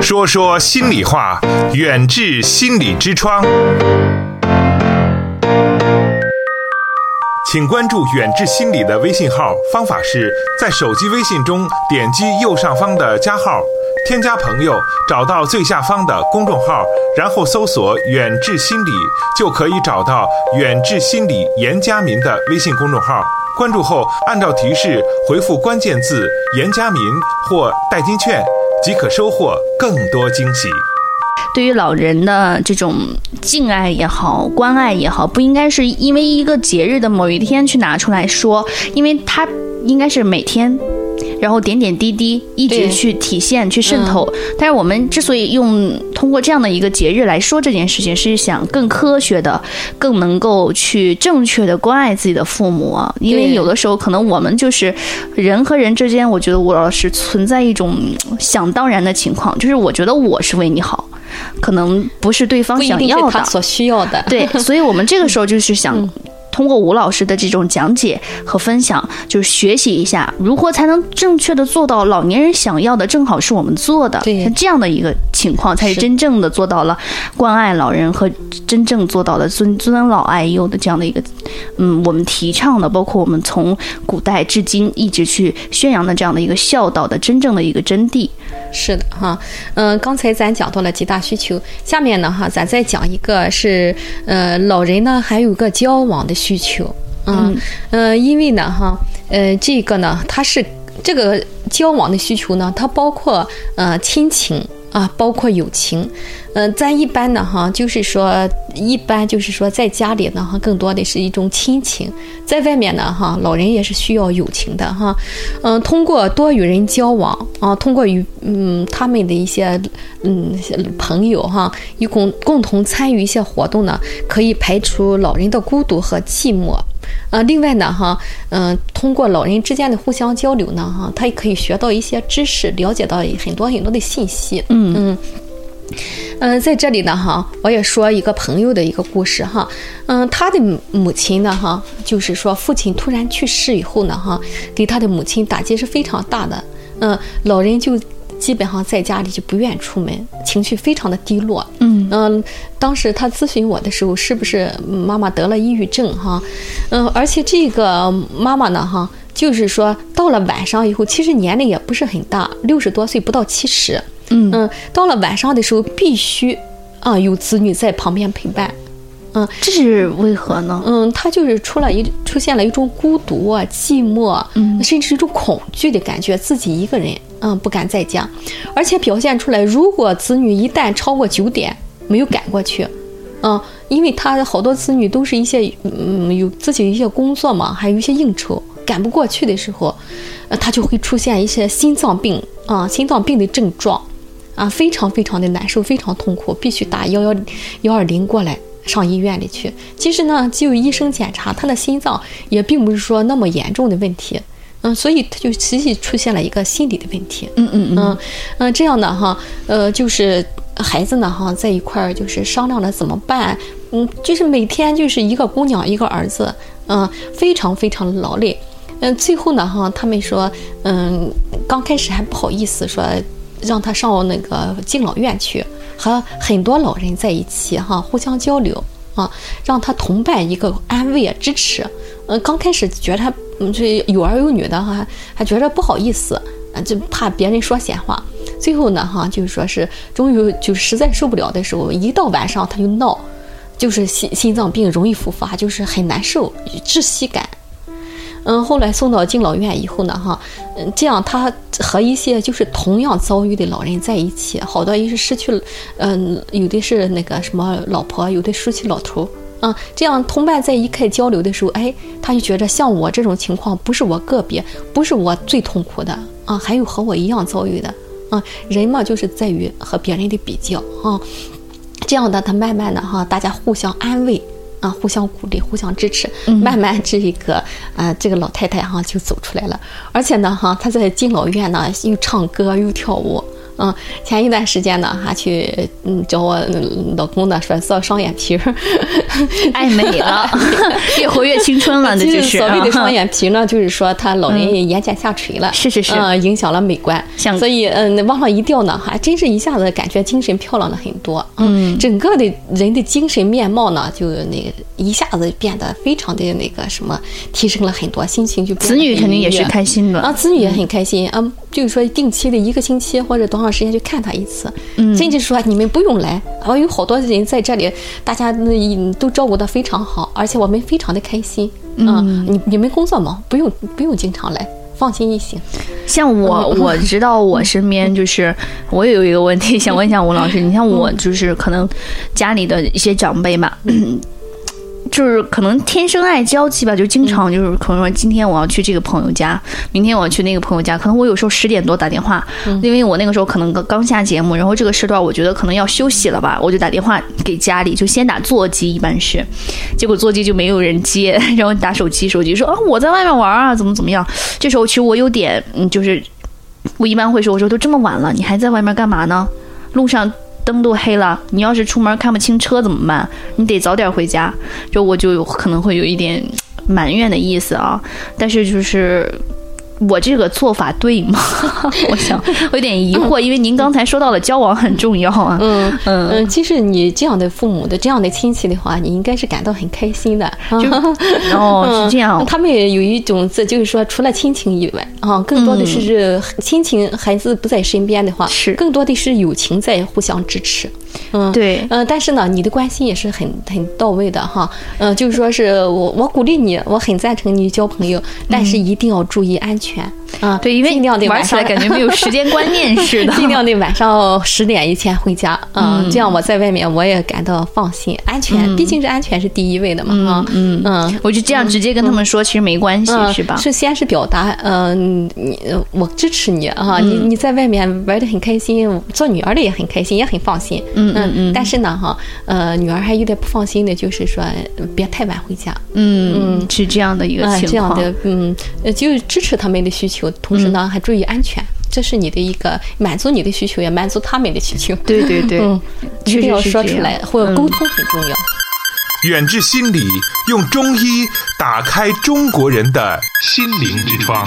说说心里话，远至心理之窗。请关注远志心理的微信号，方法是在手机微信中点击右上方的加号，添加朋友，找到最下方的公众号，然后搜索远志心理，就可以找到远志心理严家民的微信公众号。关注后按照提示回复关键字严家民或代金券，即可收获更多惊喜。 对于老人的这种敬爱也好，关爱也好，不应该是因为一个节日的某一天去拿出来说，因为它应该是每天，然后点点滴滴一直去体现去渗透。但是我们之所以通过这样的一个节日来说这件事情，是想更科学的，更能够去正确的关爱自己的父母啊。因为有的时候可能我们就是人和人之间，我觉得吴老师存在一种想当然的情况，就是我觉得我是为你好，可能不是对方想要的， 不一定是他所需要的。 对，所以我们这个时候就是想通过吴老师的这种讲解和分享，就是学习一下如何才能正确的做到老年人想要的正好是我们做的， 对， 这样的一个情况才是真正的做到了关爱老人和真正做到了尊老爱幼的这样的一个我们提倡的，包括我们从古代至今一直去宣扬的这样的一个孝道的真正的一个真谛。 是的哈，刚才咱讲到了几大需求，下面呢哈，咱再讲一个是老人呢还有个交往的需求，因为呢哈，这个呢它是这个交往的需求呢，它包括亲情啊，包括友情。咱一般呢哈，就是说在家里呢哈，更多的是一种亲情，在外面呢哈，老人也是需要友情的哈。通过多与人交往啊，通过与他们的一些朋友哈，共同参与一些活动呢，可以排除老人的孤独和寂寞。另外呢哈，通过老人之间的互相交流呢哈，他也可以学到一些知识，了解到很多的信息。在这里呢哈，我也说一个朋友的一个故事哈。他的母亲呢哈，就是说父亲突然去世以后呢哈，给他的母亲打击是非常大的。老人就基本上在家里就不愿出门，情绪非常的低落。当时他咨询我的时候，是不是妈妈得了抑郁症哈？而且这个妈妈呢哈，就是说到了晚上以后，其实年龄也不是很大，60多岁不到70。到了晚上的时候，必须有子女在旁边陪伴。 这是为何呢？ 他就是出现了一种孤独啊、寂寞，甚至一种恐惧的感觉，自己一个人不敢在家，而且表现出来，如果子女一旦超过9点没有赶过去，因为他好多子女都是一些有自己一些工作嘛，还有一些应酬，赶不过去的时候，他就会出现一些心脏病的症状非常非常的难受，非常痛苦，必须打120过来上医院里去。其实呢，只有医生检查他的心脏也并不是说那么严重的问题，所以他就实际出现了一个心理的问题。这样的哈，就是孩子呢哈，在一块儿就是商量着怎么办。就是每天就是一个姑娘一个儿子，非常非常的劳累。最后呢哈，他们说，刚开始还不好意思说让他上那个敬老院去，和很多老人在一起哈，互相交流让他同伴一个安慰支持。刚开始觉得他这有儿有女的哈，还觉得不好意思，就怕别人说闲话。最后呢哈，就是说是终于就是实在受不了的时候，一到晚上他就闹，就是心脏病容易复发，就是很难受，窒息感。后来送到敬老院以后呢哈，这样他和一些就是同样遭遇的老人在一起，好多也是失去了，有的是那个什么老婆，有的失去老头。这样同伴在一块交流的时候，他就觉得像我这种情况不是我个别，不是我最痛苦的还有和我一样遭遇的人嘛，就是在于和别人的比较这样的他慢慢的哈，大家互相安慰互相鼓励，互相支持，慢慢这个老太太哈就走出来了。而且呢哈，她在敬老院呢又唱歌又跳舞前一段时间呢，还去找我老公呢，说做双眼皮儿， 爱美了，越活越青春了，这就是所谓的双眼皮呢，就是说他老人眼睑下垂了， 是， 影响了美观，所以往上一掉呢，还真是一下子感觉精神漂亮了很多，整个的人的精神面貌呢，就那个一下子变得非常的那个什么，提升了很多，心情就变得子女肯定也是开心的子女也很开心就是说定期的1个星期或者多长时间去看他一次，甚至说你们不用来，有好多人在这里，大家都照顾得非常好，而且我们非常的开心。你们工作忙，不用经常来，放心一行。 像我知道我身边就是我也有一个问题想问一下吴老师，你像我就是可能家里的一些长辈吧。就是可能天生爱交际吧，就经常就是可能说今天我要去这个朋友家，明天我要去那个朋友家，可能我有时候10点多打电话，因为我那个时候可能刚下节目，然后这个时段我觉得可能要休息了吧，我就打电话给家里，就先打座机，一般是，结果座机就没有人接，然后打手机说我在外面玩啊，怎么样，这时候其实我有点就是我一般会说，我说都这么晚了，你还在外面干嘛呢？路上灯都黑了，你要是出门看不清车怎么办？你得早点回家。就我就可能会有一点埋怨的意思啊，但是就是我这个做法对吗？我想我有点疑惑，因为您刚才说到了交往很重要啊。 其实你这样的父母的这样的亲戚的话，你应该是感到很开心的。 是这样。 他们有一种就是说，除了亲情以外更多的是亲情，孩子不在身边的话， 是更多的是友情在互相支持。 对， 但是呢，你的关心也是很到位的哈。就是说是我鼓励你，我很赞成你交朋友，但是一定要注意安全。 对，因为尽量的玩起来感觉没有时间观念似的， 尽量的晚上10点以前回家，这样我在外面我也感到放心，安全，毕竟是安全是第一位的嘛， 我就这样直接跟他们说，其实没关系，是吧？ 是先是表达，我支持你你在外面玩得很开心，做女儿的也很开心，也很放心，但是呢女儿还有点不放心的，就是说别太晚回家， 是这样的一个情况， 这样的就支持他们的需求，同时呢还注意安全，这是你的一个满足你的需求，也满足他们的需求。 对， 一定要说出来，或者沟通很重要。 远志心理，用中医打开中国人的心灵之窗。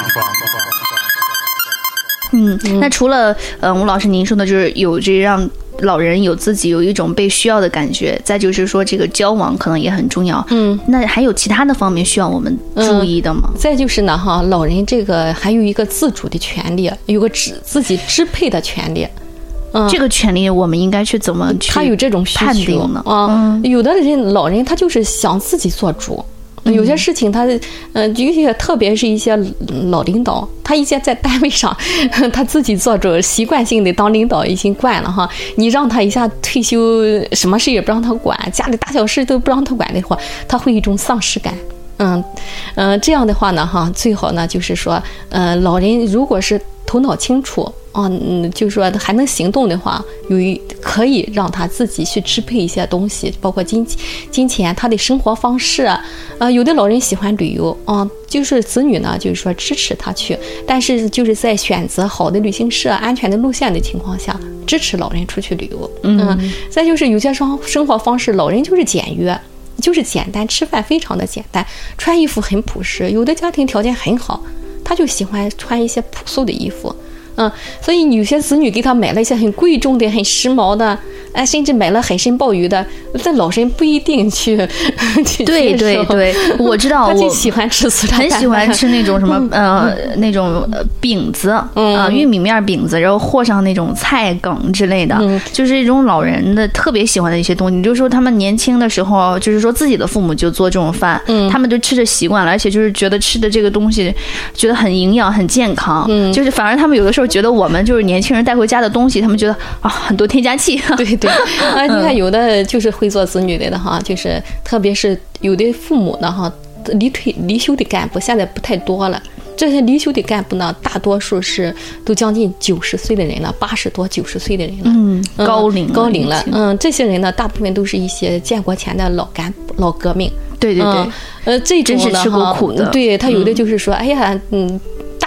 那除了吴老师您说的，就是有这让老人有自己有一种被需要的感觉，再就是说这个交往可能也很重要。那还有其他的方面需要我们注意的吗？ 再就是呢老人这个还有一个自主的权利，有个自己支配的权利。 这个权利我们应该去怎么去他有这种判定呢？ 有的人老人他就是想自己做主。有些事情他有些特别是一些老领导，他一些在单位上他自己做主，习惯性的当领导已经惯了你让他一下退休，什么事也不让他管，家里大小事都不让他管的话，他会有一种丧失感。这样的话呢最好呢就是说老人如果是头脑清楚就是说还能行动的话，可以让他自己去支配一些东西，包括金钱，他的生活方式有的老人喜欢旅游就是子女呢就是说支持他去，但是就是在选择好的旅行社、安全的路线的情况下，支持老人出去旅游。再就是有些生活方式，老人就是简约，就是简单，吃饭非常的简单，穿衣服很朴实，有的家庭条件很好，他就喜欢穿一些朴素的衣服。所以有些子女给他买了一些很贵重的、很时髦的，甚至买了海参鲍鱼的，但老人不一定去对，我知道， 他就喜欢吃素， 很喜欢吃那种什么那种饼子玉米面饼子，然后和上那种菜梗之类的，就是一种老人的特别喜欢的一些东西。你就说他们年轻的时候，就是说自己的父母就做这种饭，他们就吃着习惯了，而且就是觉得吃的这个东西觉得很营养、很健康，就是反而他们有的时候觉得我们就是年轻人带回家的东西，他们觉得很多添加剂。 对你看有的就是会做子女的就是特别是有的父母呢离休的干部现在不太多了。这些离休的干部呢，大多数是都将近90岁的人了，80多90岁的人了，高龄了。这些人呢，大部分都是一些建国前的老革命。 对， 这种真是吃过苦的。 对他有的就是说，哎呀，大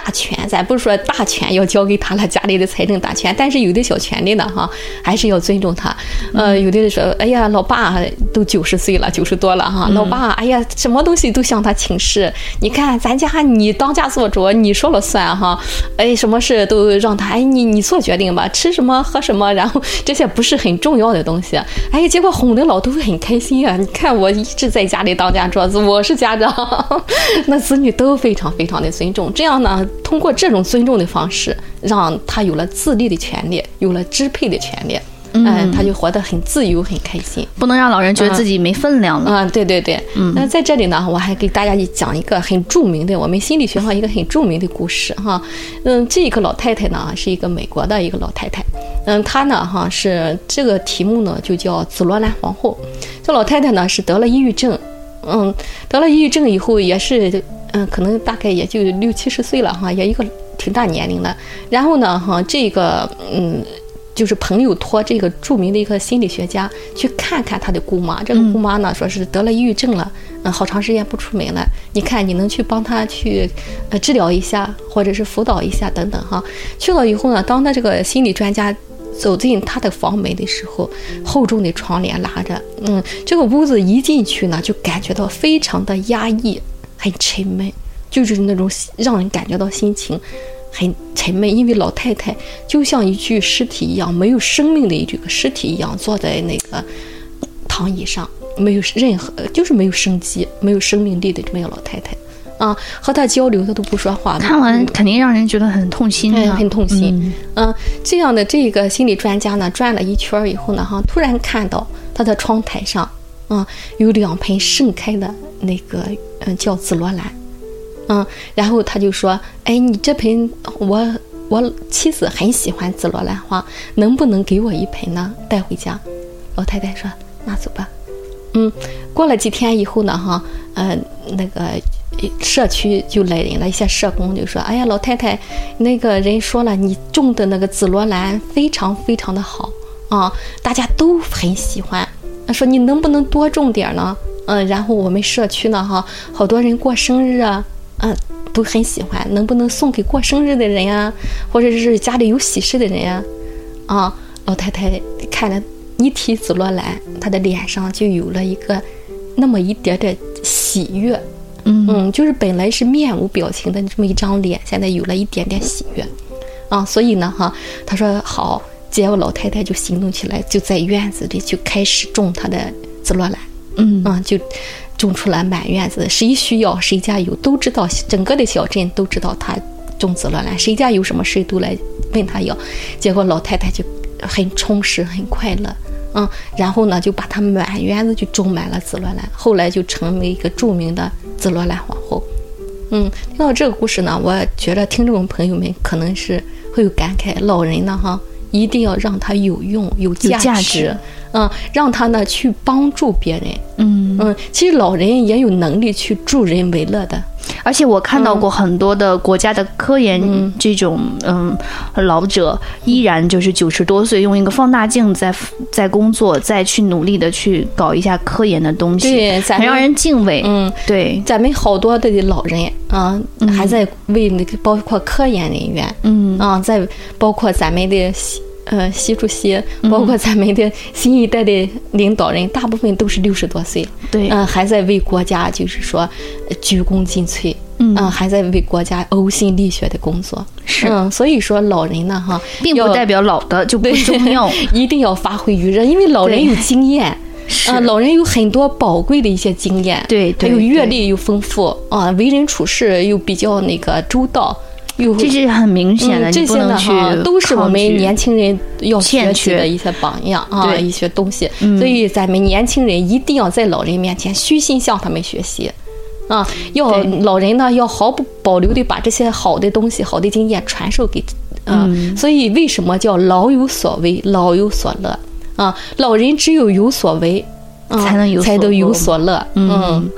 权，咱不是说大权要交给他了，家里的财政大权，但是有的小权利呢哈，还是要尊重他。有的人说，哎呀，老爸都90岁了，90多了哈，老爸，哎呀，什么东西都向他请示。你看咱家你当家做主，你说了算哈，哎，什么事都让他，哎，你做决定吧，吃什么喝什么，然后这些不是很重要的东西，哎，结果哄得老头很开心啊。你看我一直在家里当家做主，我是家长，那子女都非常非常的尊重。这样呢，通过这种尊重的方式，让他有了自立的权利，有了支配的权利。他就活得很自由，很开心， 不能让老人觉得自己没分量了。 对对对。那在这里呢，我还给大家讲一个很著名的，我们心理学上一个很著名的故事哈。这个老太太呢是一个美国的一个老太太。她呢哈是这个题目呢就叫紫罗兰皇后。这老太太呢是得了抑郁症，得了抑郁症以后也是可能大概也就60、70岁了哈，也一个挺大年龄了。然后呢哈这个就是朋友托这个著名的一个心理学家去看看他的姑妈。这个姑妈呢说是得了抑郁症了，好长时间不出门了，你看你能去帮他去治疗一下，或者是辅导一下等等哈。去了以后呢，当他这个心理专家走进他的房门的时候，厚重的窗帘拉着，这个屋子一进去呢，就感觉到非常的压抑，很沉闷，就是那种让人感觉到心情很沉闷。因为老太太就像一具尸体一样，没有生命的一具尸体一样，坐在那个躺椅上，没有任何，就是没有生机、没有生命力的这么一个老太太啊。和她交流，她都不说话。 看完肯定让人觉得很痛心啊， 很痛心。这样的这个心理专家呢，转了一圈以后呢，突然看到她的窗台上有2盆盛开的那个叫紫罗兰。然后他就说，哎，你这盆我妻子很喜欢紫罗兰花，能不能给我1盆呢，带回家？老太太说，那走吧。过了几天以后呢那个社区就来人了，一些社工就说，哎呀，老太太，那个人说了，你种的那个紫罗兰非常非常的好啊，大家都很喜欢，说你能不能多种点呢？然后我们社区呢好多人过生日啊，都很喜欢，能不能送给过生日的人呀，或者是家里有喜事的人呀？老太太看了一提紫罗兰，她的脸上就有了一个那么一点点喜悦。就是本来是面无表情的这么一张脸，现在有了一点点喜悦。所以呢她说好，结果老太太就行动起来，就在院子里就开始种她的紫罗兰。就种出来满院子，谁需要谁家有都知道，整个的小镇都知道他种紫罗兰，谁家有什么事都来问他要。结果老太太就很充实很快乐。然后呢就把他满院子就种满了紫罗兰，后来就成为一个著名的紫罗兰皇后。听到这个故事呢，我觉得听众朋友们可能是会有感慨，老人呢一定要让他有用有价值。让他呢去帮助别人。其实老人也有能力去助人为乐的。 而且我看到过很多的国家的科研这种老者，依然就是90多岁，用一个放大镜在工作，再去努力的去搞一下科研的东西， 对， 很让人敬畏。对， 咱们好多的老人还在为那个包括科研人员，在包括咱们的习主席，包括咱们的新一代的领导人，大部分都是60多岁， 对， 还在为国家就是说鞠躬尽瘁，还在为国家呕心沥血的工作。 是， 所以说老人呢并不代表老的就不重要， 一定要发挥余热，因为老人有经验。老人有很多宝贵的一些经验， 对， 还有阅历又丰富为人处事又比较那个周到。 这是很明显的， 这些呢都是我们年轻人要学习的一些榜样一些东西。所以咱们年轻人一定要在老人面前虚心向他们学习要老人呢要毫不保留的把这些好的东西、好的经验传授给所以为什么叫老有所为，老有所乐老人只有有所为才能有所乐。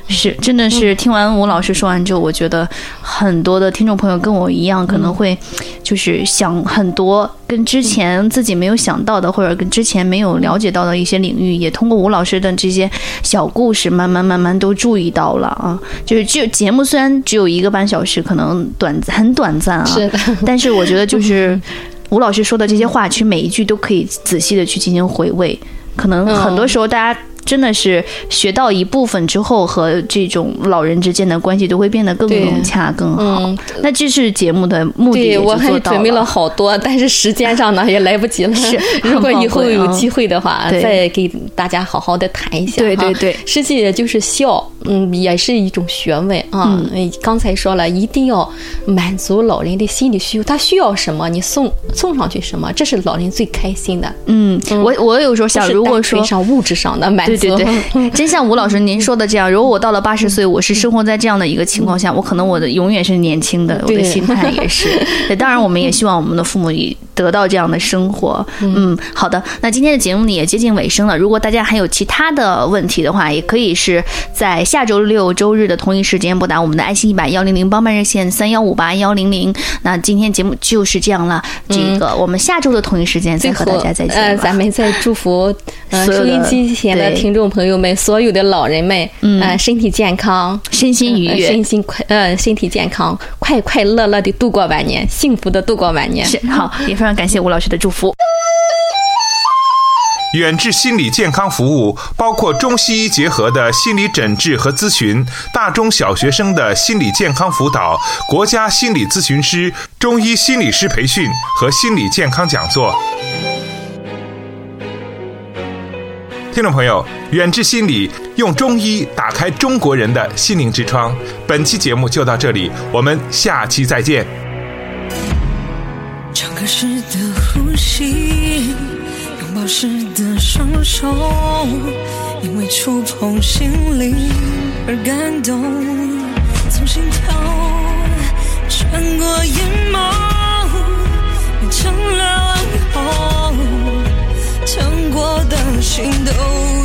是，真的是听完吴老师说完之后，我觉得很多的听众朋友跟我一样，可能会就是想很多跟之前自己没有想到的，或者跟之前没有了解到的一些领域，也通过吴老师的这些小故事，慢慢都注意到了啊。就是节目虽然只有1个半小时，可能很短暂啊， 是的， 但是我觉得就是吴老师说的这些话，其实每一句都可以仔细的去进行回味。可能很多时候大家真的是学到一部分之后，和这种老人之间的关系都会变得更融洽、更好。那这是节目的目的， 对，我还准备了好多，但是时间上呢也来不及了。 是， 如果以后有机会的话，再给大家好好的谈一下。 对， 实际就是笑，也是一种学问啊。刚才说了，一定要满足老人的心理需求，他需要什么，你送上去什么，这是老人最开心的。 我有时候想，如果说上物质上的满足。 对，真像吴老师您说的这样，如果我到了80岁，我是生活在这样的一个情况下，我可能我的永远是年轻的，我的心态也是。对，当然我们也希望我们的父母也得到这样的生活。好的，那今天的节目呢也接近尾声了。如果大家还有其他的问题的话，也可以是在下周6周日的同一时间拨打我们的爱心100-100帮办热线3158-100。那今天节目就是这样了，这个我们下周的同一时间再和大家再见。 咱们再祝福收音机前的听众朋友们，所有的老人们，身体健康， 身心愉悦， 身体健康，快快乐乐的度过晚年，幸福的度过晚年。 是，好，也非常感谢吴老师的祝福。 远志心理健康服务包括中西医结合的心理诊治和咨询，大中小学生的心理健康辅导，国家心理咨询师、中医心理师培训和心理健康讲座。听众朋友，远志心理用中医打开中国人的心灵之窗。本期节目就到这里，我们下期再见。 唱歌时的呼吸，拥抱时的双手，因为触碰心灵而感动，从心头穿过眼眸，变成了问候，疼过的心都